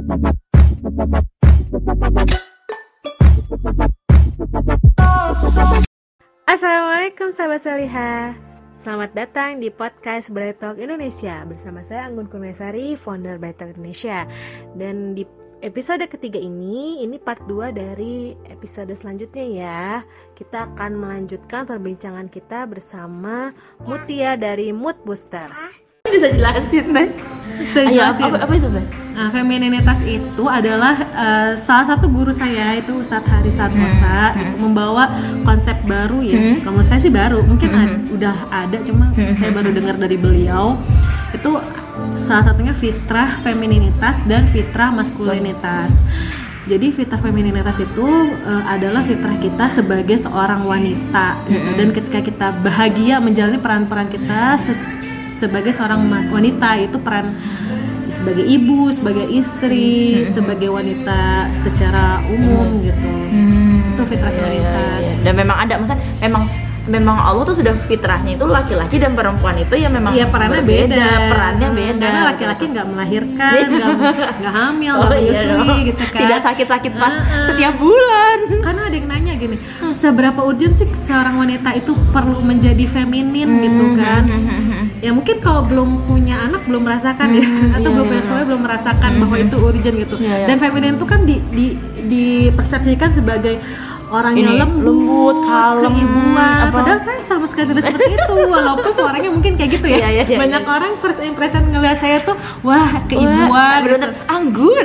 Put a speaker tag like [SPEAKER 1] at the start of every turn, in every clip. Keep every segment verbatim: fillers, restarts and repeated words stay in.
[SPEAKER 1] Assalamualaikum sahabat Salihah. Selamat datang di podcast Bright Talk Indonesia. Bersama saya Anggun Kurniasari, founder Bright Talk Indonesia. Dan di episode ketiga ini, ini part dua dari episode selanjutnya ya. Kita akan melanjutkan perbincangan kita bersama Mutia dari Mood Booster.
[SPEAKER 2] Bisa jelasin, Teh?
[SPEAKER 1] Bisa jelasin.
[SPEAKER 2] Apa, apa itu, Teh?
[SPEAKER 1] Nah, femininitas itu adalah uh, salah satu guru saya, itu Ustadz Haris Satmosa, hmm. itu membawa konsep baru ya. Hmm. Kalau saya sih baru, mungkin hmm. ad, udah ada, cuma hmm. saya baru dengar dari beliau. Itu salah satunya fitrah femininitas dan fitrah maskulinitas. Jadi fitrah femininitas itu uh, adalah fitrah kita sebagai seorang wanita, hmm. gitu. Dan ketika kita bahagia menjalani peran-peran kita se- sebagai seorang wanita, itu peran sebagai ibu, sebagai istri, hmm. sebagai wanita secara umum gitu. Hmm. Itu fitrah feminitas.
[SPEAKER 2] Ya, ya, ya. Dan memang ada, maksudnya memang memang Allah tuh sudah fitrahnya itu laki-laki dan perempuan itu ya memang
[SPEAKER 1] ya, perannya
[SPEAKER 2] berbeda,
[SPEAKER 1] beda,
[SPEAKER 2] perannya beda.
[SPEAKER 1] Karena laki-laki nggak gitu. melahirkan, nggak nggak hamil, nggak oh, menyusui iya gitu kan.
[SPEAKER 2] Tidak sakit-sakit pas uh-uh. setiap bulan.
[SPEAKER 1] Karena ada yang nanya gini, seberapa urgent sih seorang wanita itu perlu menjadi feminin hmm. gitu kan? Ya mungkin kalau belum punya anak belum merasakan ya, hmm, atau iya, belum punya suami belum merasakan hmm. bahwa itu urgent gitu. Iya, iya. Dan feminin itu kan di, di dipersepsikan sebagai orang yang lembut, lembut kalem, keibuan. Padahal saya sama sekali tidak seperti itu, walaupun suaranya mungkin kayak gitu ya. Iya, iya, banyak iya. orang first impression ngelihat saya tuh, wah keibuan, wah,
[SPEAKER 2] bener-bener gitu. Anggun.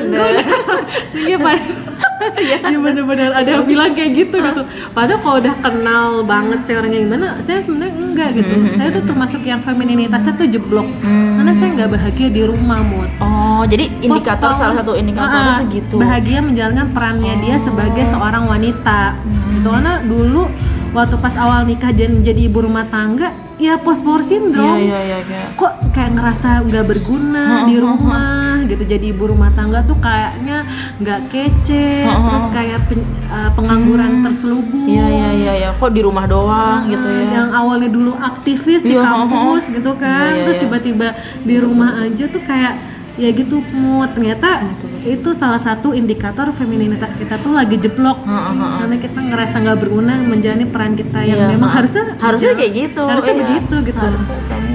[SPEAKER 1] Iya Pak. Ya benar-benar ada yang bilang kayak gitu gitu. Padahal kalau udah kenal banget saya orangnya gimana, saya sebenarnya enggak gitu. Mm-hmm. Saya tuh termasuk yang femininitasnya tuh jeblok. Mm-hmm. Karena saya nggak bahagia di rumah, Mut.
[SPEAKER 2] Oh, jadi indikator Post salah satu indikator uh, itu gitu.
[SPEAKER 1] Bahagia menjalankan perannya oh. dia sebagai seorang wanita. Mm-hmm. Gitu. Karena dulu waktu pas awal nikah dan jadi ibu rumah tangga, ya post-war syndrome.
[SPEAKER 2] Iya, iya, iya.
[SPEAKER 1] Kok kayak ngerasa nggak berguna uh, di rumah, uh, uh. gitu. Jadi ibu rumah tangga tuh kayaknya nggak kece, uh, uh. terus kayak pen, uh, pengangguran hmm. terselubung.
[SPEAKER 2] Iya, iya, iya, iya. Kok di rumah doang uh, gitu ya?
[SPEAKER 1] Yang awalnya dulu aktivis di yeah, kampus uh, uh. gitu kan, yeah, yeah, terus yeah. tiba-tiba di rumah aja tuh kayak ya gitu, Mut. Ternyata betul. Itu salah satu indikator femininitas kita tuh lagi jeblok, uh, uh, uh. karena kita ngerasa nggak berguna menjalani peran kita yang yeah, memang uh. harusnya
[SPEAKER 2] harusnya kayak gitu,
[SPEAKER 1] harusnya
[SPEAKER 2] iya.
[SPEAKER 1] begitu gitu.
[SPEAKER 2] Harusnya kamu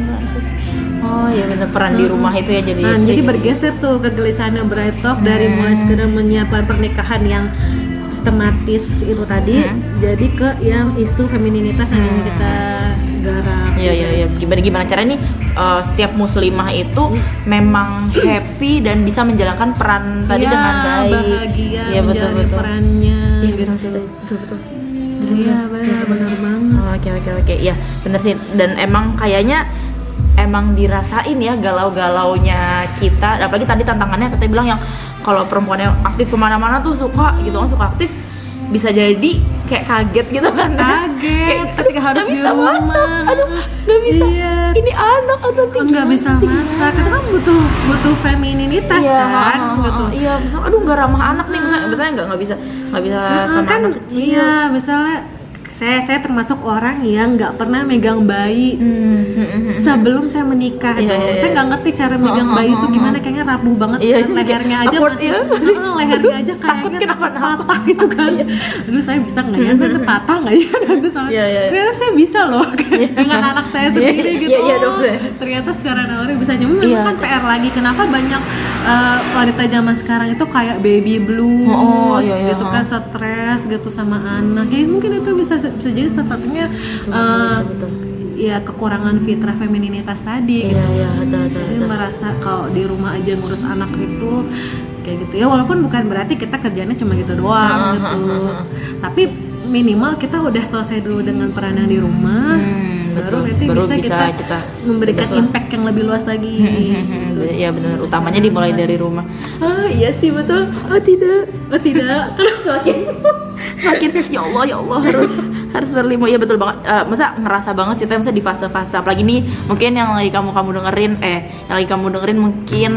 [SPEAKER 2] oh ya benar, peran hmm. di rumah itu ya jadi.
[SPEAKER 1] Nah, jadi bergeser tuh kegelisahannya Bright Talk hmm. dari mulai sekedar menyiapkan pernikahan yang sistematis itu tadi, hmm. jadi ke yang isu femininitas yang hmm. ini kita garap.
[SPEAKER 2] Iya iya iya. Gimana gimana caranya nih uh, setiap muslimah itu hmm. memang happy dan bisa menjalankan peran tadi ya, dengan baik.
[SPEAKER 1] Bahagia
[SPEAKER 2] ya,
[SPEAKER 1] menjalani
[SPEAKER 2] betul, betul.
[SPEAKER 1] perannya.
[SPEAKER 2] Iya
[SPEAKER 1] gitu.
[SPEAKER 2] betul betul betul. betul.
[SPEAKER 1] Iya benar benar banget.
[SPEAKER 2] Oke oke oke. Iya benar sih, dan emang kayaknya emang dirasain ya galau-galaunya kita. Apalagi tadi tantangannya Teteh bilang yang kalau perempuannya aktif kemana-mana tuh suka gitu kan, suka aktif bisa jadi kayak kaget gitu kan,
[SPEAKER 1] kaget kayak, ketika harus di
[SPEAKER 2] bisa
[SPEAKER 1] rumah
[SPEAKER 2] masak, aduh nggak bisa, iya. ini anak aduh nanti
[SPEAKER 1] nggak bisa masak, itu kan butuh butuh femininitas
[SPEAKER 2] iya,
[SPEAKER 1] kan
[SPEAKER 2] uh,
[SPEAKER 1] gitu.
[SPEAKER 2] Iya misalnya aduh nggak ramah anak nih, misalnya misalnya nggak nggak bisa nggak bisa nah, sama
[SPEAKER 1] kan,
[SPEAKER 2] anak kecil.
[SPEAKER 1] Iya misalnya saya saya termasuk orang yang nggak pernah megang bayi hmm. sebelum saya menikah.
[SPEAKER 2] Yeah,
[SPEAKER 1] tuh.
[SPEAKER 2] Yeah,
[SPEAKER 1] saya nggak ngerti cara megang bayi itu gimana, kayaknya rapuh banget yeah, kan, lehernya aja
[SPEAKER 2] awkward,
[SPEAKER 1] masih,
[SPEAKER 2] ya, masih
[SPEAKER 1] oh, lehernya aja kayaknya patah gitu kan. Aduh saya bisa nggak ya, nanti patah nggak ya nanti sama. Yeah, yeah. Ternyata saya bisa loh dengan anak saya sendiri yeah, gitu.
[SPEAKER 2] Yeah, yeah, oh,
[SPEAKER 1] ternyata secara naluri bisa nyembuh. Yeah, kan P R lagi. Kenapa banyak uh, wanita zaman sekarang itu kayak baby blues
[SPEAKER 2] oh, oh, yeah, yeah,
[SPEAKER 1] gitu
[SPEAKER 2] oh.
[SPEAKER 1] kan, stres gitu sama anak. Ya mungkin itu bisa bisa jadi salah satunya betul, uh, betul, betul. ya kekurangan fitrah femininitas tadi.
[SPEAKER 2] Iya,
[SPEAKER 1] gitu.
[SPEAKER 2] iya, betul, betul,
[SPEAKER 1] Jadi
[SPEAKER 2] betul.
[SPEAKER 1] merasa kalau di rumah aja ngurus anak itu kayak gitu ya, walaupun bukan berarti kita kerjanya cuma gitu doang gitu. Tapi minimal kita udah selesai dulu dengan peran yang di rumah. Hmm. Baru nanti
[SPEAKER 2] baru
[SPEAKER 1] bisa,
[SPEAKER 2] bisa
[SPEAKER 1] kita,
[SPEAKER 2] kita
[SPEAKER 1] memberikan impact yang lebih luas lagi.
[SPEAKER 2] gitu. Ya benar, utamanya dimulai dari rumah. Ah iya sih betul. Oh tidak, oh tidak. semakin semakin ya Allah ya Allah harus harus berlimo. Ya betul banget. Uh, masa ngerasa banget sih, masa di fase-fase apalagi nih mungkin yang lagi kamu kamu dengerin eh yang lagi kamu dengerin mungkin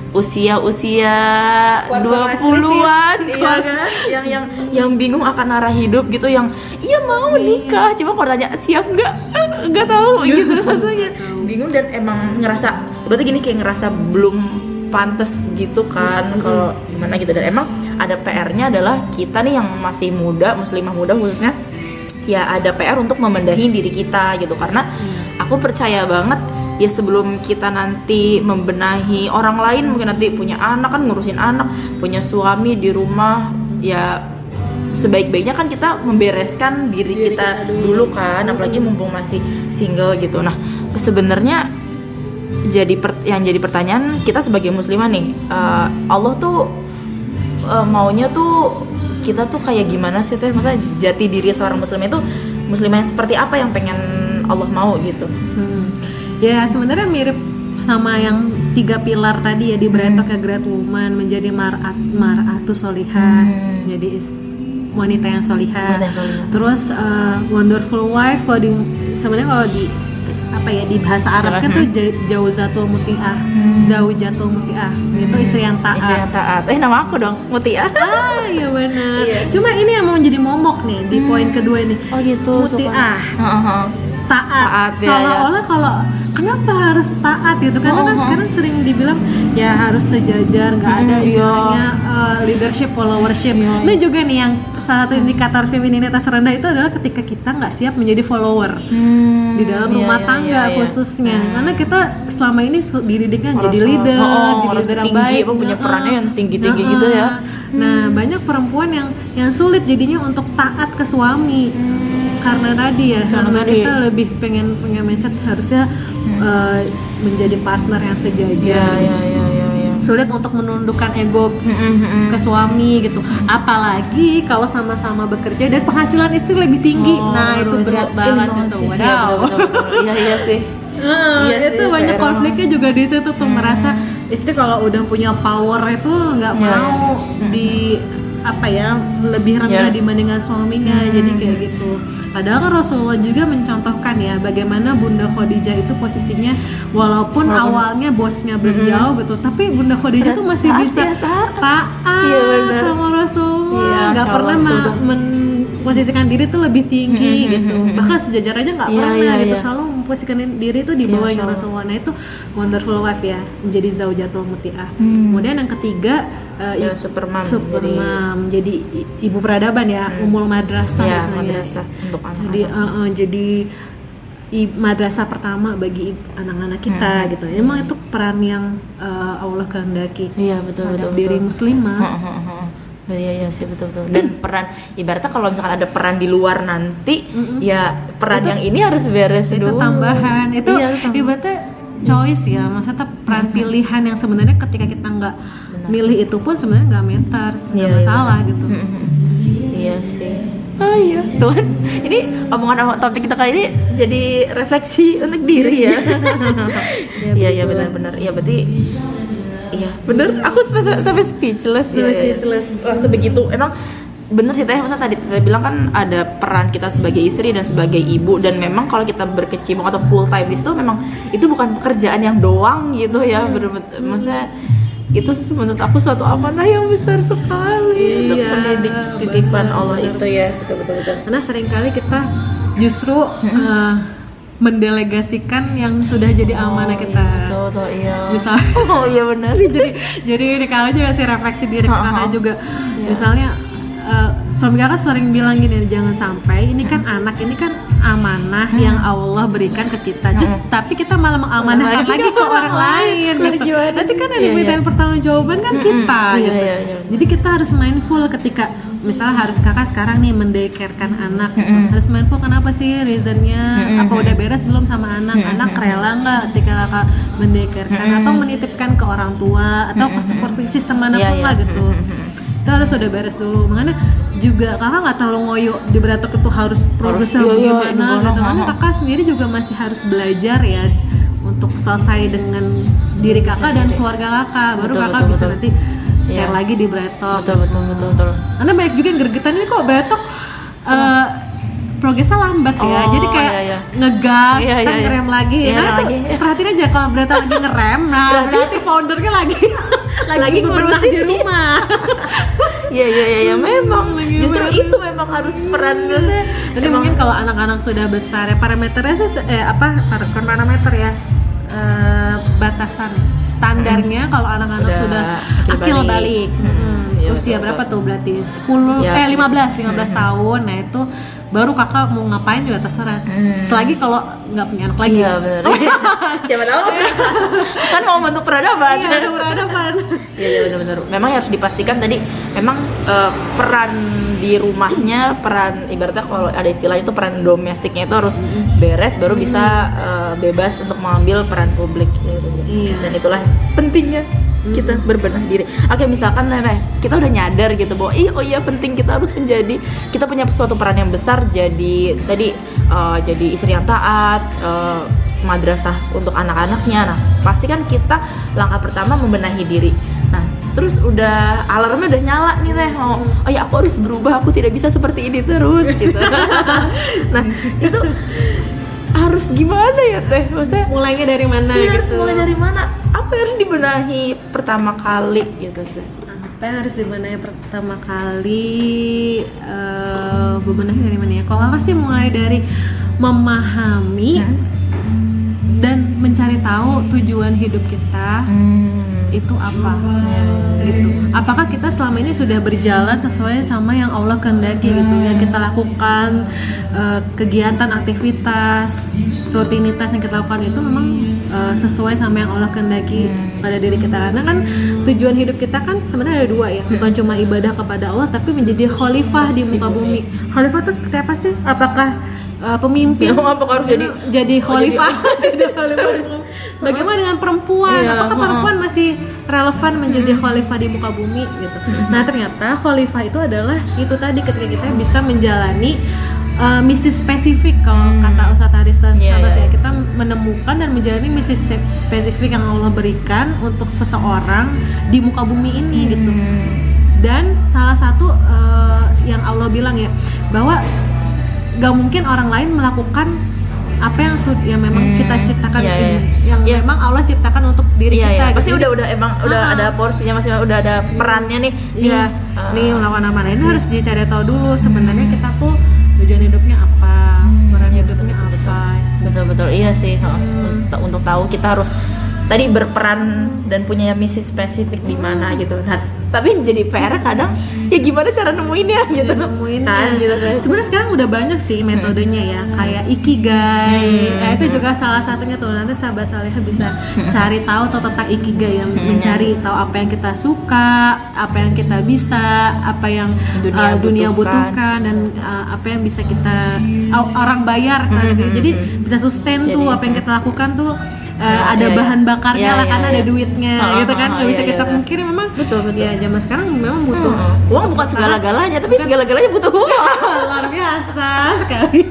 [SPEAKER 2] usia-usia dua puluhan iya kan, yang yang yang bingung akan arah hidup gitu, yang iya mau nikah cuma kalau tanya siap nggak nggak tahu gitu rasanya bingung, dan emang ngerasa berarti gini kayak ngerasa belum pantas gitu kan, mm-hmm. kalau gimana gitu. Dan emang ada P R-nya adalah kita nih yang masih muda, muslimah muda khususnya, ya ada P R untuk membenahi diri kita gitu. Karena aku percaya banget ya sebelum kita nanti membenahi orang lain, mungkin nanti punya anak kan, ngurusin anak, punya suami di rumah, ya sebaik-baiknya kan kita membereskan diri, diri kita, kita dulu kan, apalagi mumpung masih single gitu. Nah sebenarnya jadi per, yang jadi pertanyaan kita sebagai muslimah nih, uh, Allah tuh uh, maunya tuh kita tuh kayak gimana sih teh? Maksudnya jati diri seorang muslim itu muslimah yang seperti apa yang pengen Allah mau gitu? Hmm.
[SPEAKER 1] Ya sebenarnya mirip sama yang tiga pilar tadi ya, di Bretok hmm. ya, great woman, menjadi mar'at mar'atu solihah, hmm. jadi wanita yang solihah. Terus uh, wonderful wife, kalau di sebenarnya kalau di apa ya di bahasa Arab kan tuh jauzatul muti'ah, hmm. zaujatul muti'ah, hmm. itu istri yang taat.
[SPEAKER 2] Istri yang taat. Eh nama aku dong, Muti'ah.
[SPEAKER 1] Ah iya benar. Iya. Cuma ini yang mau jadi momok nih di hmm. poin kedua ini.
[SPEAKER 2] Oh gitu.
[SPEAKER 1] Muti'ah.
[SPEAKER 2] Uh-huh.
[SPEAKER 1] Taat.
[SPEAKER 2] Taat ya,
[SPEAKER 1] seolah-olah ya. Kalau kenapa harus taat gitu? Karena uh-huh. kan sekarang sering dibilang ya harus sejajar, nggak ada hmm, istilahnya iya. uh, leadership, followership. Iya. Ini juga nih yang salah satu indikator femininitas rendah itu adalah ketika kita nggak siap menjadi follower hmm, di dalam rumah iya, tangga iya, khususnya, iya. Karena kita selama ini dididiknya jadi leader, oh, oh, jadi leader yang baik,
[SPEAKER 2] punya perannya yang tinggi-tinggi uh, gitu ya.
[SPEAKER 1] Nah hmm. banyak perempuan yang yang sulit jadinya untuk taat ke suami. Hmm. Karena tadi ya, karena, karena kita lebih pengen punya mindset harusnya hmm. uh, menjadi partner yang sejajar.
[SPEAKER 2] Ya, ya, ya, ya, ya.
[SPEAKER 1] Sulit untuk menundukkan ego hmm, ke suami gitu. Apalagi kalau sama-sama bekerja dan penghasilan istri lebih tinggi. Oh, nah itu berat itu, banget gitu. Wow.
[SPEAKER 2] Iya iya sih.
[SPEAKER 1] Uh, iya itu sih, banyak konfliknya juga di situ tuh, hmm. merasa istri kalau udah punya power itu nggak ya, mau ya. di apa ya lebih rendah ya. dibandingkan suaminya, hmm. jadi kayak gitu. Padahal kan Rasulullah juga mencontohkan ya bagaimana Bunda Khadijah itu posisinya walaupun hmm. awalnya bosnya beliau hmm. gitu, tapi Bunda Khadijah tuh masih bisa taat ya, sama Rasulullah, nggak ya, pernah ma- memposisikan diri tuh lebih tinggi hmm. gitu, bahkan sejajar aja nggak ya, pernah ya, gitu, ya. selalu memposisikan diri tuh di bawah ya, Rasulullah. Nah itu wonderful wife ya, menjadi zaujatul muti'ah. Hmm. Kemudian yang ketiga uh,
[SPEAKER 2] ya, super mom,
[SPEAKER 1] super mom, jadi, jadi ibu peradaban ya, hmm. umul madrasah
[SPEAKER 2] ya,
[SPEAKER 1] misalnya.
[SPEAKER 2] Madrasah untuk anak-anak.
[SPEAKER 1] Jadi uh, uh, jadi i- madrasah pertama bagi anak-anak kita hmm. gitu. Emang itu peran yang uh, Allah kehendaki.
[SPEAKER 2] Iya betul betul.
[SPEAKER 1] Diri
[SPEAKER 2] betul.
[SPEAKER 1] muslimah.
[SPEAKER 2] Iya iya sih betul betul. Dan peran ibaratnya kalau misalkan ada peran di luar nanti, mm-hmm. ya peran itu, yang ini harus beres
[SPEAKER 1] itu
[SPEAKER 2] dulu.
[SPEAKER 1] Tambahan. Itu iya, ibaratnya choice ya, maksudnya peran mm-hmm. pilihan yang sebenarnya ketika kita nggak milih itu pun sebenarnya nggak matters, nggak yeah, masalah iya, gitu.
[SPEAKER 2] Mm-hmm. Iya sih. Oh iya, Tuhan. Ini omongan topik kita kali ini jadi refleksi untuk diri ya. Iya iya benar-benar. Iya berarti iya bener, aku sampai sampai speechless ya, speechless. Oh, sebegitu emang bener sih teh, masa tadi kita bilang kan ada peran kita sebagai istri dan sebagai ibu, dan memang kalau kita berkecimpung atau full time di situ memang itu bukan pekerjaan yang doang gitu ya, bener-bener maksudnya itu menurut aku suatu amanah yang besar sekali, iya, untuk mendidik titipan Allah itu ya, betul betul betul.
[SPEAKER 1] Karena seringkali kita justru uh, mendelegasikan yang sudah jadi amanah
[SPEAKER 2] oh,
[SPEAKER 1] kita.
[SPEAKER 2] Iya, betul, betul, iya.
[SPEAKER 1] Misal,
[SPEAKER 2] oh iya benar.
[SPEAKER 1] jadi jadi ini kakak juga sih refleksi diri kakak juga. Yeah. Misalnya uh, suami kakak sering bilang gini, jangan sampai ini kan hmm. anak ini kan amanah hmm. yang Allah berikan ke kita. Terus hmm. tapi kita malah mengamanahkan lagi, lagi ke orang lain. Gitu. Nanti kan yang dimintain yeah, yeah. pertanggungjawaban kan hmm. kita.
[SPEAKER 2] Hmm.
[SPEAKER 1] Gitu.
[SPEAKER 2] Yeah, yeah, yeah.
[SPEAKER 1] Jadi kita harus mindful ketika misalnya harus kakak sekarang nih mendekerkan anak, mm-hmm. harus mindful kenapa sih reasonnya, mm-hmm. apa udah beres belum sama anak, mm-hmm. anak rela nggak ketika kakak mendekerkan mm-hmm. atau menitipkan ke orang tua atau mm-hmm. ke supporting system manapun yeah, yeah. lah gitu, mm-hmm. itu harus udah beres dulu. Makanya juga kakak nggak terlalu ngoyo di Bretok itu harus progresnya
[SPEAKER 2] iya,
[SPEAKER 1] gimana iya, gitu, karena kakak sendiri juga masih harus belajar ya untuk selesai dengan diri kakak dan keluarga kakak, baru betul, kakak betul, bisa betul. nanti share yeah. lagi di Bretok.
[SPEAKER 2] Betul betul betul betul.
[SPEAKER 1] Karena banyak juga yang gergetan ini kok Bretok uh, progresnya lambat ya. Oh, jadi kayak iya, iya. ngegas, iya, iya, ngerem iya. lagi. Iya, nah itu lagi. Perhatiin aja kalau Bretok lagi ngerem, nah berarti, berarti foundernya lagi lagi, lagi ngurusin di rumah.
[SPEAKER 2] Iya iya iya ya, memang. Justru bener. Itu memang harus peran biasanya.
[SPEAKER 1] Nanti mungkin kalau anak-anak sudah besar ya parameternya eh apa bukan parameter ya uh, batasan standarnya kalau anak-anak
[SPEAKER 2] Udah
[SPEAKER 1] sudah
[SPEAKER 2] akil
[SPEAKER 1] akil
[SPEAKER 2] balik.
[SPEAKER 1] balik.
[SPEAKER 2] Hmm,
[SPEAKER 1] Hmm.
[SPEAKER 2] iya,
[SPEAKER 1] Usia
[SPEAKER 2] betul,
[SPEAKER 1] berapa
[SPEAKER 2] betul.
[SPEAKER 1] tuh berarti? sepuluh
[SPEAKER 2] Ya,
[SPEAKER 1] eh lima belas
[SPEAKER 2] hmm.
[SPEAKER 1] tahun. Nah, itu baru kakak mau ngapain juga terserah.
[SPEAKER 2] Hmm.
[SPEAKER 1] Selagi kalau nggak punya anak lagi.
[SPEAKER 2] Iya benar. Siapa tahu kan mau bentuk peradaban.
[SPEAKER 1] Iya, ada peradaban.
[SPEAKER 2] Iya ya, benar-benar. Memang harus dipastikan tadi memang eh, peran di rumahnya, peran ibaratnya kalau ada istilahnya itu peran domestiknya itu harus beres baru bisa eh, bebas untuk mengambil peran publik.
[SPEAKER 1] Iya.
[SPEAKER 2] Dan itulah pentingnya kita berbenah diri. Oke, misalkan Nenek, kita udah nyadar gitu bahwa iya oh iya penting kita harus menjadi kita punya suatu peran yang besar jadi tadi uh, jadi istri yang taat, uh, madrasah untuk anak-anaknya. Nah, pasti kan kita langkah pertama membenahi diri. Nah, terus udah alarmnya udah nyala nih Teh. Oh, oh ya aku harus berubah, aku tidak bisa seperti ini terus gitu. Nah, itu harus gimana ya Teh? Maksudnya
[SPEAKER 1] Mulainya dari mana
[SPEAKER 2] iya, harus
[SPEAKER 1] gitu?
[SPEAKER 2] mulai dari mana? Apa yang harus dibenahi pertama kali gitu Teh?
[SPEAKER 1] Apa yang harus dibenahi pertama kali? Uh, bebenahi dari mana ya? Kalau aku sih mulai dari memahami
[SPEAKER 2] Hmm?
[SPEAKER 1] dan mencari tahu tujuan hidup kita
[SPEAKER 2] Hmm.
[SPEAKER 1] itu apa,
[SPEAKER 2] Ya,
[SPEAKER 1] gitu. Apakah kita selama ini sudah berjalan sesuai sama yang Allah kehendaki gitu? Yang kita lakukan uh, kegiatan, aktivitas, rutinitas yang kita lakukan itu memang uh, sesuai sama yang Allah kehendaki pada diri kita. Karena kan tujuan hidup kita kan sebenarnya ada dua ya, bukan cuma ibadah kepada Allah, tapi menjadi khalifah di muka bumi. Khalifah itu seperti apa sih? Apakah uh, pemimpin?
[SPEAKER 2] Ya, apakah harus jadi
[SPEAKER 1] jadi khalifah? Jadi khalifah. Bagaimana dengan perempuan?
[SPEAKER 2] Iya,
[SPEAKER 1] Apakah
[SPEAKER 2] uh-uh.
[SPEAKER 1] perempuan masih relevan menjadi khalifah di muka bumi gitu? Nah, ternyata khalifah itu adalah itu tadi ketika kita bisa menjalani uh, misi spesifik kalau kata Ustadz Haris Santos
[SPEAKER 2] Iya, iya.
[SPEAKER 1] ya, kita menemukan dan menjalani misi ste- spesifik yang Allah berikan untuk seseorang di muka bumi ini gitu. Dan salah satu uh, yang Allah bilang ya bahwa gak mungkin orang lain melakukan apa yang sud- yang memang
[SPEAKER 2] Hmm,
[SPEAKER 1] kita ciptakan
[SPEAKER 2] iya,
[SPEAKER 1] ini,
[SPEAKER 2] iya.
[SPEAKER 1] yang
[SPEAKER 2] Iya.
[SPEAKER 1] memang Allah ciptakan untuk diri
[SPEAKER 2] Iya,
[SPEAKER 1] kita.
[SPEAKER 2] iya. Pasti
[SPEAKER 1] gitu.
[SPEAKER 2] udah udah emang udah
[SPEAKER 1] Ah.
[SPEAKER 2] ada porsinya masih udah ada perannya nih.
[SPEAKER 1] Iya,
[SPEAKER 2] Ah.
[SPEAKER 1] nih melakukan apa? Nah, ini harus dicari tahu dulu sebenarnya kita tuh tujuan hidupnya apa, peran hidupnya apa.
[SPEAKER 2] Betul betul iya sih. Ha.
[SPEAKER 1] Hmm.
[SPEAKER 2] Untuk, untuk tahu kita harus tadi berperan dan punya misi spesifik di mana gitu. Nah, tapi jadi P R kadang ya gimana cara nemuinnya gitu.
[SPEAKER 1] Nemuinnya.
[SPEAKER 2] Kan gitu kan.
[SPEAKER 1] Sebenarnya sekarang udah banyak sih metodenya ya, kayak ikigai.
[SPEAKER 2] Hmm.
[SPEAKER 1] Nah, itu juga salah satunya tuh. Nanti sahabat Salihah bisa cari tahu tuh tentang ikigai, yang mencari tahu apa yang kita suka, apa yang kita bisa, apa yang
[SPEAKER 2] Dunia
[SPEAKER 1] uh, dunia
[SPEAKER 2] butuhkan.
[SPEAKER 1] butuhkan, dan uh, apa yang bisa kita uh, orang bayar kan.
[SPEAKER 2] Hmm.
[SPEAKER 1] Jadi bisa sustain tuh
[SPEAKER 2] Jadi,
[SPEAKER 1] apa yang kita lakukan tuh. Uh,
[SPEAKER 2] Ya,
[SPEAKER 1] ada
[SPEAKER 2] iya,
[SPEAKER 1] bahan
[SPEAKER 2] iya.
[SPEAKER 1] bakarnya
[SPEAKER 2] Iya,
[SPEAKER 1] lah,
[SPEAKER 2] iya,
[SPEAKER 1] karena
[SPEAKER 2] iya.
[SPEAKER 1] ada duitnya
[SPEAKER 2] Ha,
[SPEAKER 1] gitu kan.
[SPEAKER 2] ha,
[SPEAKER 1] Nggak bisa
[SPEAKER 2] iya,
[SPEAKER 1] kita
[SPEAKER 2] iya.
[SPEAKER 1] pungkiri memang.
[SPEAKER 2] Betul, betul.
[SPEAKER 1] Ya zaman sekarang memang butuh.
[SPEAKER 2] Hmm. Uang bukan segala-galanya, tapi segala-galanya butuh uang.
[SPEAKER 1] Luar biasa sekali.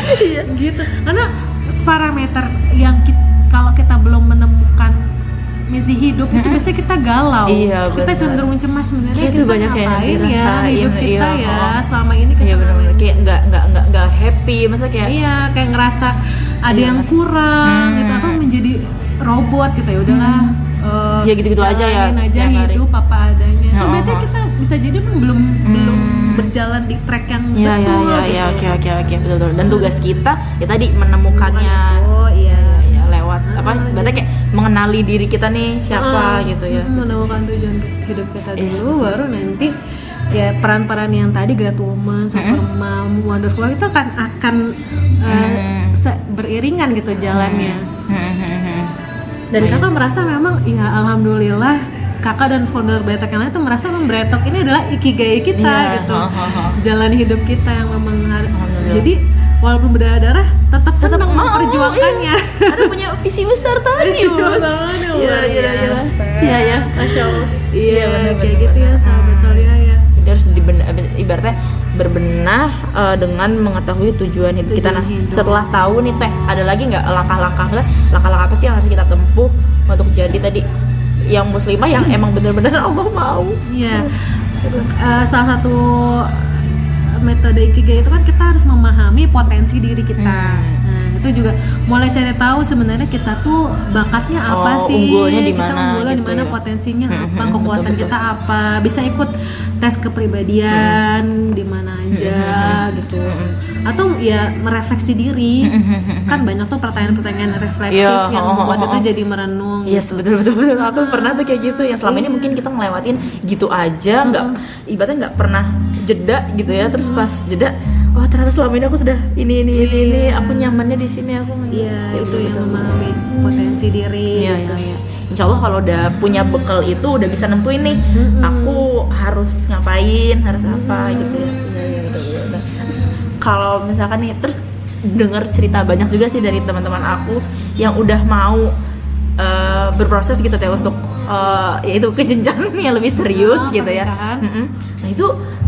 [SPEAKER 1] Gitu. Karena parameter yang kita, kalau kita belum menemukan misi hidup itu biasanya kita galau.
[SPEAKER 2] Iya,
[SPEAKER 1] kita
[SPEAKER 2] benar.
[SPEAKER 1] cenderung cemas sebenarnya.
[SPEAKER 2] Itu
[SPEAKER 1] kita
[SPEAKER 2] banyak yang
[SPEAKER 1] ngapain ya
[SPEAKER 2] dirasain,
[SPEAKER 1] hidup kita
[SPEAKER 2] iya,
[SPEAKER 1] ya
[SPEAKER 2] oh.
[SPEAKER 1] selama ini kita
[SPEAKER 2] Iya benar-benar
[SPEAKER 1] ngapain?
[SPEAKER 2] kayak nggak nggak nggak nggak happy, masa kayak
[SPEAKER 1] Iya, kayak ngerasa ada
[SPEAKER 2] Iya.
[SPEAKER 1] yang kurang
[SPEAKER 2] Hmm.
[SPEAKER 1] gitu, atau menjadi robot gitu ya udahlah. eh,
[SPEAKER 2] Ya, gitu-gitu aja ya,
[SPEAKER 1] jalanin aja
[SPEAKER 2] tiap hari.
[SPEAKER 1] hidup apa adanya. Itu
[SPEAKER 2] Ya,
[SPEAKER 1] berarti
[SPEAKER 2] oh.
[SPEAKER 1] kita bisa jadi emang belum belum berjalan di track yang
[SPEAKER 2] ya ya
[SPEAKER 1] betul
[SPEAKER 2] ya
[SPEAKER 1] gitu.
[SPEAKER 2] ya oke oke oke betul betul. Dan tugas kita ya tadi menemukannya.
[SPEAKER 1] Oh iya.
[SPEAKER 2] Ya, lewat apa? Berarti kayak mengenali diri kita nih siapa
[SPEAKER 1] Ah,
[SPEAKER 2] gitu ya.
[SPEAKER 1] mm, menemukan tujuan hidup kita
[SPEAKER 2] Iya,
[SPEAKER 1] dulu, baru nanti ya peran-peran yang tadi Great Woman, Super Mom, Wonderful itu kan akan eh,
[SPEAKER 2] Mm.
[SPEAKER 1] se- beriringan gitu jalannya.
[SPEAKER 2] Hmm, hmm, hmm.
[SPEAKER 1] Dan
[SPEAKER 2] Iya
[SPEAKER 1] kakak
[SPEAKER 2] sih.
[SPEAKER 1] merasa memang ya alhamdulillah kakak dan founder Bretok yang lain tuh merasa memang Bretok ini adalah ikigai kita
[SPEAKER 2] Iya,
[SPEAKER 1] gitu.
[SPEAKER 2] ho, ho, ho.
[SPEAKER 1] Jalan hidup kita yang memang har-
[SPEAKER 2] Alhamdulillah.
[SPEAKER 1] jadi walaupun berdarah-darah tetap senang
[SPEAKER 2] mau,
[SPEAKER 1] memperjuangkannya.
[SPEAKER 2] iya. Ada punya visi besar tadi,
[SPEAKER 1] Visi
[SPEAKER 2] Bos.
[SPEAKER 1] besar,
[SPEAKER 2] Iya,
[SPEAKER 1] luar
[SPEAKER 2] iya, iya.
[SPEAKER 1] biasa.
[SPEAKER 2] Iya, ya, Masya Allah.
[SPEAKER 1] Iya,
[SPEAKER 2] bener,
[SPEAKER 1] kayak
[SPEAKER 2] bener,
[SPEAKER 1] gitu ya
[SPEAKER 2] bener.
[SPEAKER 1] sahabat
[SPEAKER 2] Hmm.
[SPEAKER 1] Salihah ya.
[SPEAKER 2] Jadi harus diben- ibaratnya berbenah eh, dengan mengetahui tujuan hidup kita.
[SPEAKER 1] Tujuan
[SPEAKER 2] Nah,
[SPEAKER 1] hidup.
[SPEAKER 2] setelah tahu nih Teh, ada lagi nggak langkah-langkah, misalnya langkah-langkah apa sih yang harus kita tempuh untuk jadi tadi yang muslimah yang emang bener-bener Allah mau?
[SPEAKER 1] Iya. Eh, salah satu metode ikigai itu kan kita harus memahami potensi diri kita.
[SPEAKER 2] Hmm.
[SPEAKER 1] Nah, itu juga mulai cari tahu sebenarnya kita tuh bakatnya apa
[SPEAKER 2] Oh,
[SPEAKER 1] sih,
[SPEAKER 2] unggulnya di
[SPEAKER 1] kita
[SPEAKER 2] mana
[SPEAKER 1] unggulnya di
[SPEAKER 2] gitu
[SPEAKER 1] mana,
[SPEAKER 2] ya.
[SPEAKER 1] potensinya
[SPEAKER 2] Mm-mm,
[SPEAKER 1] apa,
[SPEAKER 2] betul,
[SPEAKER 1] kekuatan
[SPEAKER 2] betul.
[SPEAKER 1] kita apa, bisa ikut tes kepribadian di mana aja gitu, atau ya merefleksi diri. Kan banyak tuh pertanyaan-pertanyaan reflektif
[SPEAKER 2] Iya,
[SPEAKER 1] yang
[SPEAKER 2] oh, oh,
[SPEAKER 1] membuat
[SPEAKER 2] oh,
[SPEAKER 1] kita
[SPEAKER 2] oh.
[SPEAKER 1] jadi merenung.
[SPEAKER 2] Yes,
[SPEAKER 1] gitu.
[SPEAKER 2] betul betul betul. Aku pernah tuh kayak gitu. Yang selama ini mungkin kita ngelewatin gitu aja, nggak ibaratnya nggak pernah jeda gitu ya. Terus pas jeda, oh ternyata selama ini aku sudah ini ini ini ini. Aku nyamannya di sini, aku.
[SPEAKER 1] Iya,
[SPEAKER 2] Ya,
[SPEAKER 1] itu
[SPEAKER 2] betul,
[SPEAKER 1] yang
[SPEAKER 2] betul,
[SPEAKER 1] memahami potensi diri.
[SPEAKER 2] Iya
[SPEAKER 1] gitu.
[SPEAKER 2] iya iya. Insya Allah kalau udah punya bekal itu udah bisa nentuin nih,
[SPEAKER 1] Mm-mm.
[SPEAKER 2] aku harus ngapain, harus apa gitu ya. Iya iya udah udah. udah. Terus kalau misalkan nih, terus dengar cerita banyak juga sih dari teman-teman aku yang udah mau uh, berproses gitu ya untuk uh, yaitu ke jenjang yang lebih serius
[SPEAKER 1] Oh,
[SPEAKER 2] gitu ya.
[SPEAKER 1] pernikahan.
[SPEAKER 2] Mm-mm. Nah itu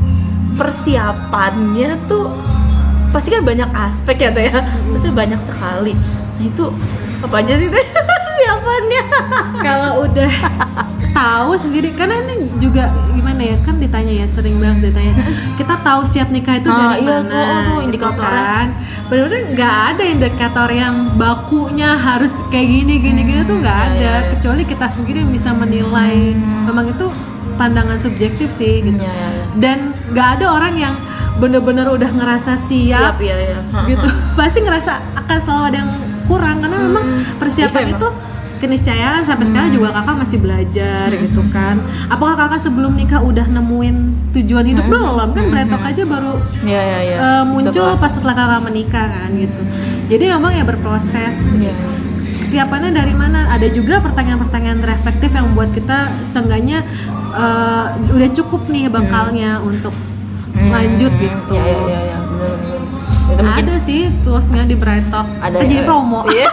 [SPEAKER 2] persiapannya tuh pasti kan banyak aspek ya teh ya, pasti banyak sekali. Nah itu apa aja sih teh persiapannya?
[SPEAKER 1] Kalau udah tahu sendiri, karena ini juga gimana ya, kan ditanya ya, sering banget ditanya kita tahu siap nikah itu
[SPEAKER 2] Ah,
[SPEAKER 1] dari
[SPEAKER 2] iya,
[SPEAKER 1] mana
[SPEAKER 2] tuh, tuh,
[SPEAKER 1] gitu
[SPEAKER 2] indikatornya.
[SPEAKER 1] kan. Benar-benar nggak ada indikator yang bakunya harus kayak gini gini gini tuh nggak
[SPEAKER 2] iya,
[SPEAKER 1] ada,
[SPEAKER 2] iya, iya.
[SPEAKER 1] kecuali kita sendiri yang bisa menilai. Memang itu pandangan subjektif sih gitu.
[SPEAKER 2] Iya, iya, iya.
[SPEAKER 1] Dan nggak ada orang yang bener-bener udah ngerasa siap,
[SPEAKER 2] Siap ya ya.
[SPEAKER 1] gitu. Pasti ngerasa akan selalu ada yang kurang, karena memang persiapan
[SPEAKER 2] Iya,
[SPEAKER 1] itu keniscayaan. Sampai sekarang juga kakak masih belajar gitu kan. Apakah kakak sebelum nikah udah nemuin tujuan hidup? Belum kan, Bretok aja baru
[SPEAKER 2] Iya iya iya.
[SPEAKER 1] uh, muncul
[SPEAKER 2] Setelah-
[SPEAKER 1] pas setelah kakak menikah kan gitu. Jadi memang ya berproses.
[SPEAKER 2] Iya.
[SPEAKER 1] Kesiapannya dari mana? Ada juga pertanyaan-pertanyaan reflektif yang membuat kita seenggaknya uh, udah cukup nih bekalnya untuk lanjut gitu.
[SPEAKER 2] Iya iya iya iya, benar benar. Itu mungkin
[SPEAKER 1] Ada sih toolsnya di Bright Talk.
[SPEAKER 2] ada
[SPEAKER 1] Kita jadi
[SPEAKER 2] ya.
[SPEAKER 1] promo.
[SPEAKER 2] Iya.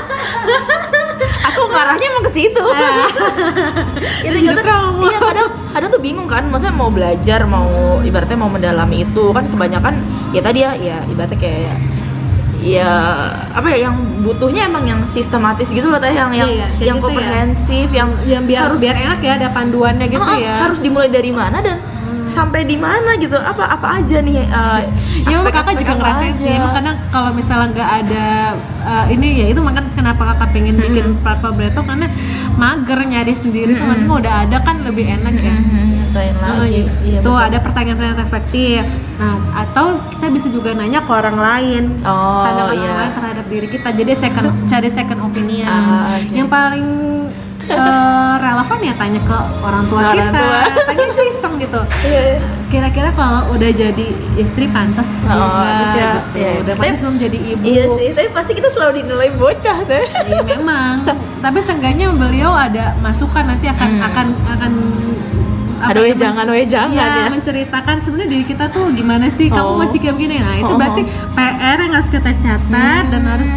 [SPEAKER 2] Aku ngarahnya emang ke situ. Itu
[SPEAKER 1] Jadi
[SPEAKER 2] juga
[SPEAKER 1] promo.
[SPEAKER 2] iya, kadang kadang tuh bingung kan, maksudnya mau belajar, mau ibaratnya mau mendalami itu kan kebanyakan ya tadi ya, ya ibaratnya kayak ya apa ya, yang butuhnya emang yang sistematis gitu loh teh, yang yang
[SPEAKER 1] Iya, kayak
[SPEAKER 2] yang
[SPEAKER 1] gitu ya.
[SPEAKER 2] komprehensif, yang
[SPEAKER 1] Yang biar
[SPEAKER 2] harus
[SPEAKER 1] biar enak ya, ada panduannya gitu
[SPEAKER 2] Ah,
[SPEAKER 1] ya.
[SPEAKER 2] harus dimulai dari mana dan sampai di mana gitu, apa apa aja nih uh,
[SPEAKER 1] Ya emang kakak
[SPEAKER 2] aspek-aspek
[SPEAKER 1] juga
[SPEAKER 2] apa
[SPEAKER 1] ngerasain
[SPEAKER 2] aja.
[SPEAKER 1] sih, emang kadang kalau misalnya nggak ada uh, ini ya itu makanya kenapa kakak pengen bikin platform Bretok, karena mager nyari sendiri tuh nanti udah ada kan lebih enak ya.
[SPEAKER 2] Mhm, nyatain
[SPEAKER 1] Oh,
[SPEAKER 2] lagi. Iya,
[SPEAKER 1] tuh
[SPEAKER 2] betul.
[SPEAKER 1] ada pertanyaan-pertanyaan reflektif. Nah, atau kita bisa juga nanya ke orang lain,
[SPEAKER 2] Oh,
[SPEAKER 1] pandangan
[SPEAKER 2] iya.
[SPEAKER 1] orang lain terhadap diri kita. Jadi second cari second opinion.
[SPEAKER 2] Ah, oke.
[SPEAKER 1] Yang paling eh, relevan ya tanya ke orang tua
[SPEAKER 2] Orang
[SPEAKER 1] kita.
[SPEAKER 2] tua.
[SPEAKER 1] Tanya aja iseng gitu.
[SPEAKER 2] Iya, iya.
[SPEAKER 1] Kira-kira kalau udah jadi istri pantas
[SPEAKER 2] Oh,
[SPEAKER 1] enggak
[SPEAKER 2] terus ya,
[SPEAKER 1] gitu.
[SPEAKER 2] iya.
[SPEAKER 1] Udah
[SPEAKER 2] Tapi-
[SPEAKER 1] pantas belum jadi ibu.
[SPEAKER 2] Iya sih, tapi pasti kita selalu dinilai bocah deh.
[SPEAKER 1] Iya memang. Tapi seenggaknya beliau ada masukan nanti akan
[SPEAKER 2] Hmm.
[SPEAKER 1] akan akan apa
[SPEAKER 2] Aduh,
[SPEAKER 1] ya,
[SPEAKER 2] eh, jangan, weh, jangan
[SPEAKER 1] ya,
[SPEAKER 2] ya.
[SPEAKER 1] menceritakan sebenarnya diri kita tuh gimana sih, kamu
[SPEAKER 2] Oh.
[SPEAKER 1] masih kayak begini. Nah itu
[SPEAKER 2] Oh,
[SPEAKER 1] berarti P R yang harus kita catat dan harus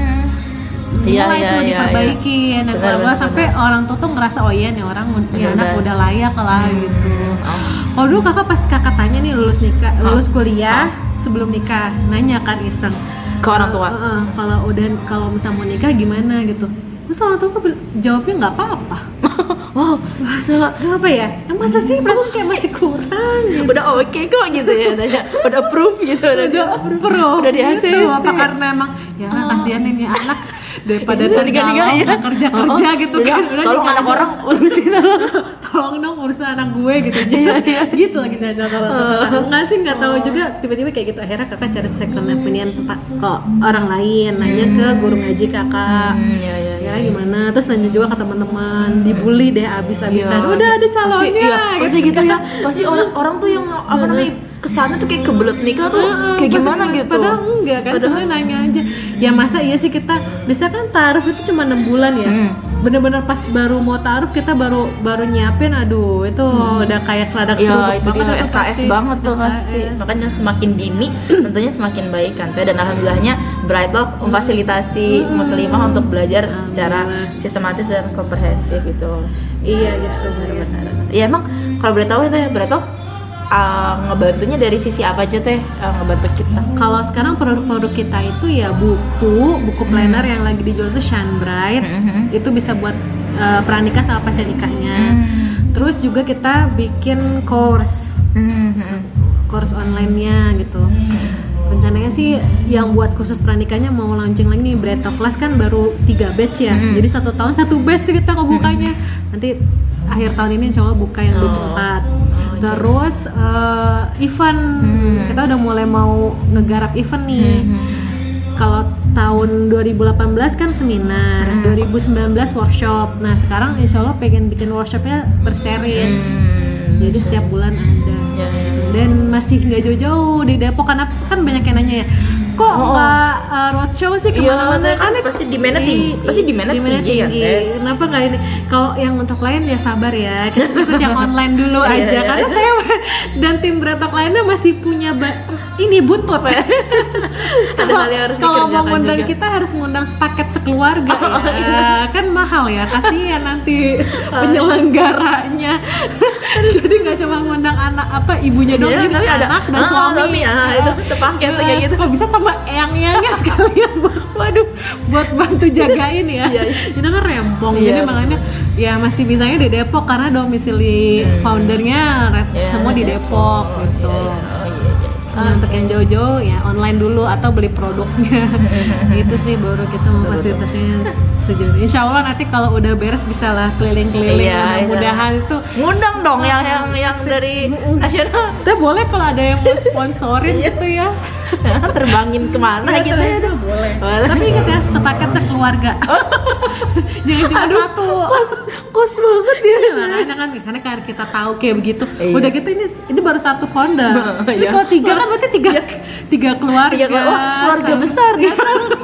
[SPEAKER 2] Iya,
[SPEAKER 1] mulai
[SPEAKER 2] iya,
[SPEAKER 1] tuh
[SPEAKER 2] iya,
[SPEAKER 1] diperbaiki. Yang
[SPEAKER 2] Benar,
[SPEAKER 1] kedua
[SPEAKER 2] benar,
[SPEAKER 1] sampai
[SPEAKER 2] benar.
[SPEAKER 1] orang tua tuh ngerasa oh iya nih orang nih
[SPEAKER 2] Benar,
[SPEAKER 1] anak
[SPEAKER 2] benar.
[SPEAKER 1] udah layak lah gitu.
[SPEAKER 2] Oh.
[SPEAKER 1] Kalau dulu kakak pas kakak tanya nih lulus nikah, lulus kuliah sebelum nikah, nanya kan iseng
[SPEAKER 2] Ke orang tua?
[SPEAKER 1] Eh, eh, kalau udah kalau misalnya mau nikah gimana gitu. Terus orang tua aku bil- jawabnya nggak apa-apa.
[SPEAKER 2] Wow, se
[SPEAKER 1] Gak apa ya? Yang masa sih perasaan kayak masih kurang gitu.
[SPEAKER 2] udah oke kok gitu ya, tanya udah approve gitu, udah,
[SPEAKER 1] Udah pro
[SPEAKER 2] udah di A C C.
[SPEAKER 1] gitu. Apa karena emang ya kasihan ini anak daripada
[SPEAKER 2] Udah
[SPEAKER 1] ntar
[SPEAKER 2] diganti-ganti
[SPEAKER 1] galau
[SPEAKER 2] ya.
[SPEAKER 1] nggak kerja-kerja
[SPEAKER 2] Oh,
[SPEAKER 1] gitu
[SPEAKER 2] udah,
[SPEAKER 1] kan. Udah
[SPEAKER 2] tolong
[SPEAKER 1] nikah
[SPEAKER 2] anak
[SPEAKER 1] aja.
[SPEAKER 2] orang urusin.
[SPEAKER 1] Tolong dong urusan anak gue gitu. Gitu, gitu lagi nanya kalau kakak. Enggak sih, nggak tahu juga, tiba-tiba kayak gitu. Akhirnya kakak cari second opinion tempat kok orang lain, nanya ke guru ngaji kakak.
[SPEAKER 2] Hmm, iya, iya,
[SPEAKER 1] Ya gimana, terus nanya juga ke teman-teman, dibully deh abis-abisan.
[SPEAKER 2] Iya,
[SPEAKER 1] Udah ada
[SPEAKER 2] pasti,
[SPEAKER 1] calonnya.
[SPEAKER 2] iya, pasti gitu ya. Pasti orang-orang tuh yang apa namanya kesana tuh kayak kebelet nikah tuh
[SPEAKER 1] Heeh,
[SPEAKER 2] kayak
[SPEAKER 1] pas
[SPEAKER 2] gimana
[SPEAKER 1] sebenarnya-
[SPEAKER 2] gitu.
[SPEAKER 1] Padahal enggak kan,
[SPEAKER 2] Padahal-
[SPEAKER 1] sebenarnya nanya aja. Ya masa iya sih kita, biasa kan taaruf itu cuma enam bulan ya.
[SPEAKER 2] Hmm.
[SPEAKER 1] Bener-bener pas baru mau taaruf kita baru baru nyiapin, aduh itu udah kayak seladak
[SPEAKER 2] Ya
[SPEAKER 1] seruduk
[SPEAKER 2] itu
[SPEAKER 1] banget
[SPEAKER 2] dia
[SPEAKER 1] itu
[SPEAKER 2] S K S
[SPEAKER 1] pasti.
[SPEAKER 2] banget tuh
[SPEAKER 1] S K S.
[SPEAKER 2] pasti. Makanya semakin dini tentunya semakin baik kan teh, dan alhamdulillahnya Bright Talk memfasilitasi muslimah untuk belajar secara sistematis dan komprehensif gitu.
[SPEAKER 1] Iya gitu.
[SPEAKER 2] Benar. Ya emang kalau boleh tahu ya teh, Bright Talk uh, ngebantunya dari sisi apa aja teh, uh, ngebantu kita?
[SPEAKER 1] Kalau sekarang produk-produk kita itu ya buku, buku planner yang lagi dijual itu Shine Bright.
[SPEAKER 2] Mhm.
[SPEAKER 1] Itu bisa buat uh, pranikah sama pasca nikahnya. Terus juga kita bikin course,
[SPEAKER 2] Mhm.
[SPEAKER 1] course online-nya gitu. rencananya sih yang buat khusus pernikahannya mau launching lagi nih Bread Talk Class kan baru tiga batch ya. Mm-hmm. Jadi satu tahun satu batch kita kebukanya. Mm-hmm. Nanti akhir tahun ini insya Allah buka yang batch
[SPEAKER 2] oh.
[SPEAKER 1] empat.
[SPEAKER 2] Oh,
[SPEAKER 1] Terus uh, event mm-hmm. kita udah mulai mau ngegarap event nih. Mm-hmm. Kalau tahun dua ribu delapan belas kan seminar, mm-hmm. dua ribu sembilan belas workshop. Nah sekarang insya Allah pengen bikin workshopnya per series. Mm-hmm. Jadi setiap bulan ada. Yeah, yeah. Dan masih nggak jauh-jauh di Depok karena kan banyak yang nanya ya kok nggak oh. uh, roadshow sih kemana-mana
[SPEAKER 2] iya, kan pasti demand tinggi pasti demand tinggi, tinggi kan
[SPEAKER 1] kenapa nggak ini kalau yang untuk klien ya sabar ya kita ikut yang online dulu aja karena saya dan tim Bread Talk lainnya masih punya ba- ini buntut
[SPEAKER 2] ada hal yang harus
[SPEAKER 1] kalau mau ngundang
[SPEAKER 2] juga.
[SPEAKER 1] Kita harus ngundang sepaket sekeluarga oh, ya iya. Kan mahal ya kasihan nanti penyelenggaranya jadi nggak cuma ngundang anak apa ibunya doang
[SPEAKER 2] ya,
[SPEAKER 1] tapi ada anak dan
[SPEAKER 2] oh,
[SPEAKER 1] suami
[SPEAKER 2] ya, itu sepaket
[SPEAKER 1] nah,
[SPEAKER 2] kayak gitu
[SPEAKER 1] kok bisa sama eyang-eyangnya sekalian waduh buat bantu jagain ya iya, iya. Itu kan rempong iya, jadi makanya ya masih bisanya di Depok karena domisili hmm. foundernya yeah, semua di Depok yeah, gitu yeah, yeah. Oh, yeah, yeah. Nah, untuk yang jauh-jauh ya online dulu atau beli produknya itu sih baru kita mau fasilitasinya sejauh ini. Insya Allah nanti kalau udah beres bisa lah keliling-keliling
[SPEAKER 2] iya,
[SPEAKER 1] mudah-mudahan itu
[SPEAKER 2] ngundang dong yang yang yang dari nasional.
[SPEAKER 1] Tapi boleh kalau ada yang mau sponsorin gitu ya.
[SPEAKER 2] Terbangin kemana ya, gitu ya
[SPEAKER 1] boleh. boleh. Tapi ingat ya sepaket sekeluarga. Jangan cuma
[SPEAKER 2] Aduh,
[SPEAKER 1] satu.
[SPEAKER 2] Kos kos banget ya.
[SPEAKER 1] Makanya kan karena kan kita tahu kayak begitu.
[SPEAKER 2] Iya.
[SPEAKER 1] Udah gitu ini ini baru satu founder. Ini kalau tiga kan berarti tiga tiga keluarga.
[SPEAKER 2] Tiga keluarga, oh, keluarga besar kan.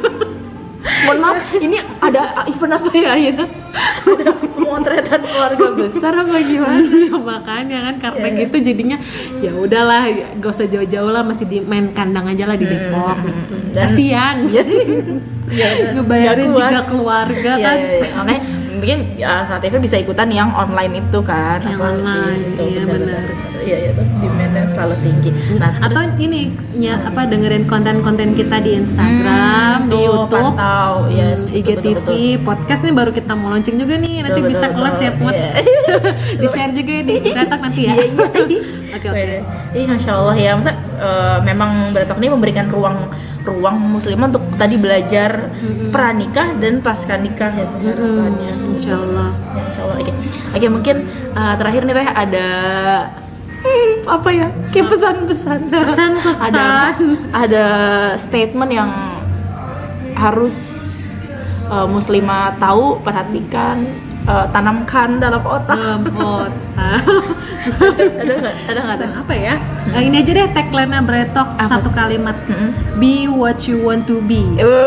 [SPEAKER 2] Mohon maaf, ini ada event apa ya gitu? Ada pemotretan keluarga besar apa gimana?
[SPEAKER 1] Ya, makanya kan karena yeah. gitu jadinya ya udahlah gak usah jauh-jauh lah masih di main kandang aja lah di Depok. Hmm, kasian. Ya, ngebayarin tiga keluarga
[SPEAKER 2] ya,
[SPEAKER 1] kan.
[SPEAKER 2] Ya, ya. Makanya mungkin ya, saat itu bisa ikutan yang online itu kan.
[SPEAKER 1] Yang apa, online, gitu, iya benar.
[SPEAKER 2] Iya ya, demandnya selalu tinggi. Nah,
[SPEAKER 1] atau terus, ini ya apa dengerin konten-konten kita di Instagram, hmm, di YouTube,
[SPEAKER 2] pantau, yes,
[SPEAKER 1] I G T V, betul, betul. Podcast nih baru kita mau launching juga nih. Nanti betul, bisa collab siap buat di share juga ya di Bread Talk nanti ya.
[SPEAKER 2] Iya iya.
[SPEAKER 1] Oke oke.
[SPEAKER 2] Iya Masya Allah ya, masa uh, memang Bread Talk ini memberikan ruang ruang muslimah untuk tadi belajar mm-hmm. pranikah dan pasca nikah ya harapannya.
[SPEAKER 1] Mm-hmm. Insya Allah.
[SPEAKER 2] Ya, Insya Allah. Oke, oke mungkin uh, terakhir nih Teh ada hmm, apa ya? Kayak pesan-pesan.
[SPEAKER 1] Pesan-pesan.
[SPEAKER 2] Ada ada statement yang harus uh, muslimah tahu, perhatikan, uh, tanamkan dalam otak.
[SPEAKER 1] Dalam otak.
[SPEAKER 2] ada nggak? Ada nggak?
[SPEAKER 1] Apa ya? Hmm. Nah, ini aja deh tagline-nya Bread Talk satu kalimat. Hmm. Be what you want to be.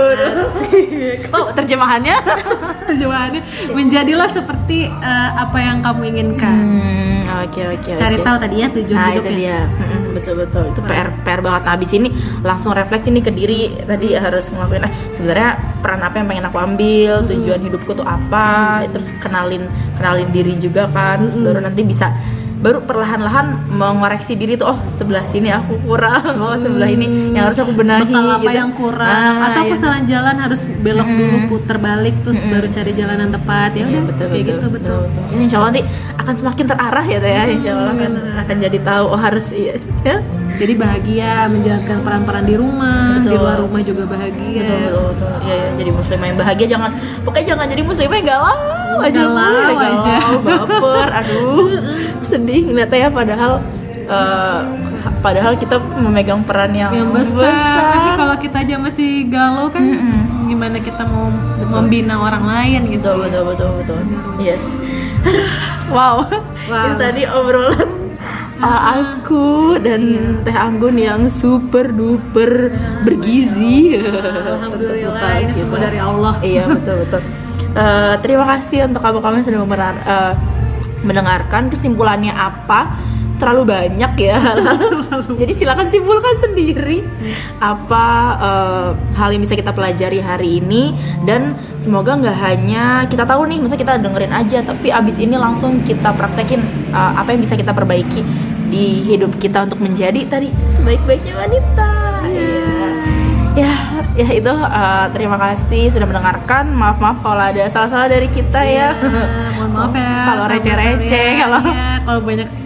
[SPEAKER 2] Oh, terjemahannya?
[SPEAKER 1] Terjemahannya menjadilah seperti uh, apa yang kamu inginkan.
[SPEAKER 2] Hmm, oke oke.
[SPEAKER 1] Cari
[SPEAKER 2] okay.
[SPEAKER 1] tahu tadi ya tujuan
[SPEAKER 2] nah,
[SPEAKER 1] hidupnya.
[SPEAKER 2] Itu dia. Hmm, betul betul. Itu P R P R banget. Nah, abis ini langsung refleksi nih ke diri. Tadi harus ngelakuin. Eh, sebenarnya peran apa yang pengen aku ambil? Hmm. Tujuan hidupku tuh apa? Hmm. Terus kenalin kenalin diri juga kan. Terus hmm. baru nanti bisa baru perlahan-lahan mengoreksi diri tuh, oh sebelah sini aku kurang, oh sebelah ini yang harus aku benahi.
[SPEAKER 1] Bekal apa
[SPEAKER 2] gitu.
[SPEAKER 1] yang kurang? Ah, atau aku iya. salah jalan harus belok mm. dulu putar balik terus mm. baru cari jalan yang tepat ya udah
[SPEAKER 2] betul,
[SPEAKER 1] kayak
[SPEAKER 2] betul,
[SPEAKER 1] gitu betul.
[SPEAKER 2] betul, betul. Ya, insya Allah nanti akan semakin terarah ya Teh ya, insya Allah akan, akan jadi tahu oh harus iya ya.
[SPEAKER 1] Jadi bahagia menjalankan peran-peran di rumah, betul. Di luar rumah juga bahagia.
[SPEAKER 2] Betul betul betul. Iya ya, jadi muslimah yang bahagia jangan pokoknya jangan jadi muslimah yang galau aja
[SPEAKER 1] galau aja.
[SPEAKER 2] Baper, aduh. Sedih ngeliatnya ya padahal uh, padahal kita memegang peran yang,
[SPEAKER 1] yang besar. besar. Tapi kalau kita aja masih galau kan mm-mm. gimana kita mau betul. Membina orang lain gitu.
[SPEAKER 2] Betul betul betul betul. Yes. Wow. wow. Ini tadi obrolan uh, aku dan yeah. Teh Anggun yang super duper yeah, bergizi.
[SPEAKER 1] Alhamdulillah ini semua dari Allah.
[SPEAKER 2] Iya betul betul. Uh, terima kasih untuk kamu-kamu yang sudah memeran, uh, mendengarkan. Kesimpulannya apa? Terlalu banyak ya. Jadi silakan simpulkan sendiri apa uh, hal yang bisa kita pelajari hari ini, dan semoga nggak hanya kita tahu nih, masa kita dengerin aja, tapi abis ini langsung kita praktekin uh, apa yang bisa kita perbaiki di hidup kita untuk menjadi tadi sebaik-baiknya wanita. Yeah. Ya, ya itu uh, terima kasih sudah mendengarkan. Maaf maaf kalau ada salah-salah dari kita ya.
[SPEAKER 1] ya. Mohon maaf ya.
[SPEAKER 2] Kalau receh-receh, kalau
[SPEAKER 1] ya, kalau banyak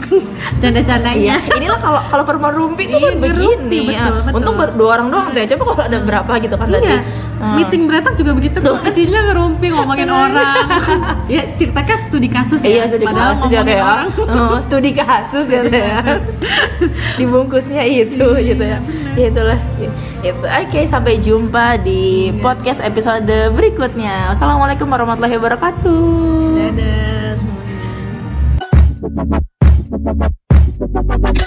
[SPEAKER 1] canda-candanya.
[SPEAKER 2] Inilah kalau kalau perempuan rumpi tuh
[SPEAKER 1] Iya,
[SPEAKER 2] kan begini.
[SPEAKER 1] rumpi, betul,
[SPEAKER 2] ya.
[SPEAKER 1] betul.
[SPEAKER 2] Untung berdua orang doang deh. Coba kalau ada berapa gitu kan tadi.
[SPEAKER 1] Iya,
[SPEAKER 2] Hmm.
[SPEAKER 1] meeting beretak juga begitu kok, isinya ngerumpi ngomongin orang. Ya ceritakan studi kasus ya.
[SPEAKER 2] Iya, studi
[SPEAKER 1] padahal
[SPEAKER 2] kasus ya
[SPEAKER 1] ngomongin
[SPEAKER 2] Teh.
[SPEAKER 1] orang.
[SPEAKER 2] Oh, studi kasus ya Teh. Dibungkusnya itu gitu ya. Ya itulah. Itu. Oke, sampai jumpa di podcast episode berikutnya. Wassalamualaikum warahmatullahi wabarakatuh.
[SPEAKER 1] Dadah semuanya.